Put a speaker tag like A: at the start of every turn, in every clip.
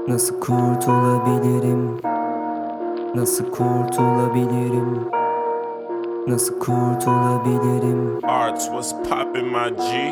A: Nasıl kurtulabilirim? Nasıl kurtulabilirim? Nasıl kurtulabilirim?
B: Arts, what's poppin' my G?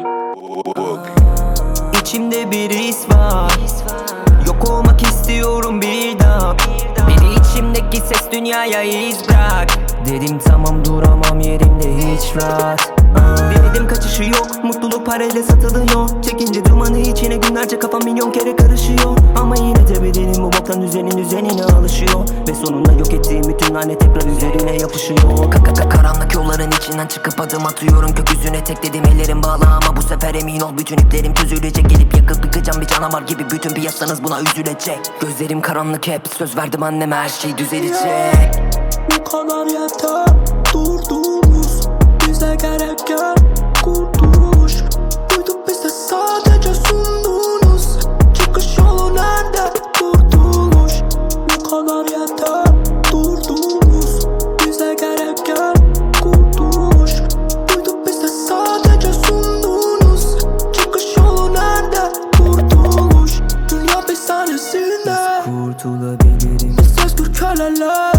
A: İçimde bir his var. Yok olmak istiyorum bir daha. Biri içimdeki ses dünyaya iz bırak. Dedim tamam duramam yerimde hiç rahat. Denedim kaçışı yok, mutluluk parayla satılıyor. Çekince dumanı içine günlerce kafam milyon kere karışıyor. Ama yine de bedenim bu boktan düzenine alışıyor. Ve sonunda yok ettiğim bütün lanet tekrar üzerine yapışıyor. Karanlık yolların içinden çıkıp adım atıyorum gökyüzüne. Tek dedim ellerim bağlı ama bu sefer emin ol bütün iplerim çözülecek. Gelip yakıp yıkacağım bir canavar gibi, bütün piyasanız buna üzülecek. Gözlerim karanlık hep, söz verdim anneme her şey düzelecek.
C: Bu kadar yeter, durduğumuz bize gereken kurtuluş. Duyduk bize sadece sunduğunuz çıkış yolu nerede kurtuluş. Bu kadar yeter, durduğumuz bize gereken kurtuluş. Duyduk bize sadece sunduğunuz çıkış yolu nerede kurtuluş. Dünya bir sahnesinde
A: Kurtulabilirim.
C: biz özgür köleler.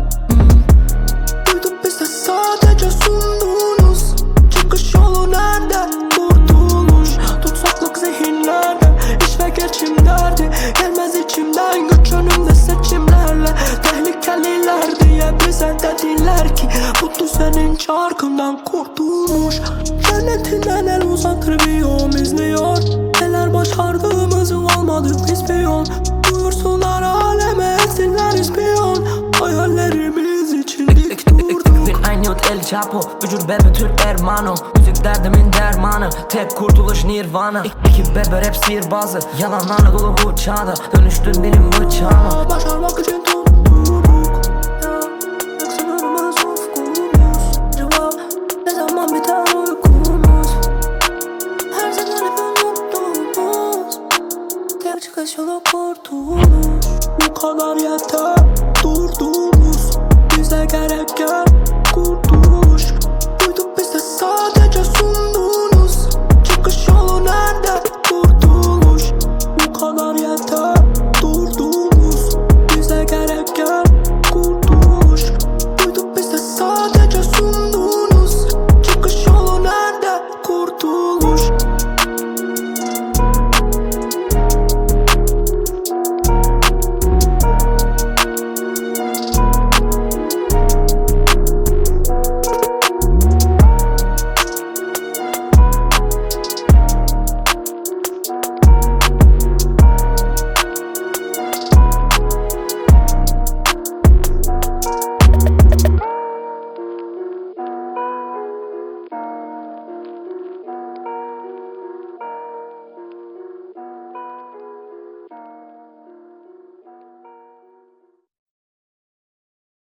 C: Sadece sunduğunuz çıkış yolu nerede kurtuluş. Tutsaklık zihinlerde, iş ve geçim derdi. Gelmez içimden güç önümde seçimlerle. Tehlikeliler diye bize dediler ki bu düzenin çarkından kurtulmuş. Cennetinden el uzatır bir yol izliyor. Neler başardığımızı olmadık ispiyon. Buyursunlar aleme etsinler ispiyon. Hayallerimiz için dik durduk.
D: Aynı yurt El Chapo, vücut bebe Türk hermano. Müzik derdimin dermanı, tek kurtuluş nirvana. İki bebe rap sihirbazı, yalanlarla dolu bu çağda. Dönüştün dilim bıçağına.
C: Başarmak için tutturduk ya, sınırımız ufkumuz. Cevap ne zaman biter uykumuz. Her zaman hep unuttuğumuz tek çıkış yolu kurtuluş. Bu kadar yeter, durduğumuz bize gereken kurtuluş.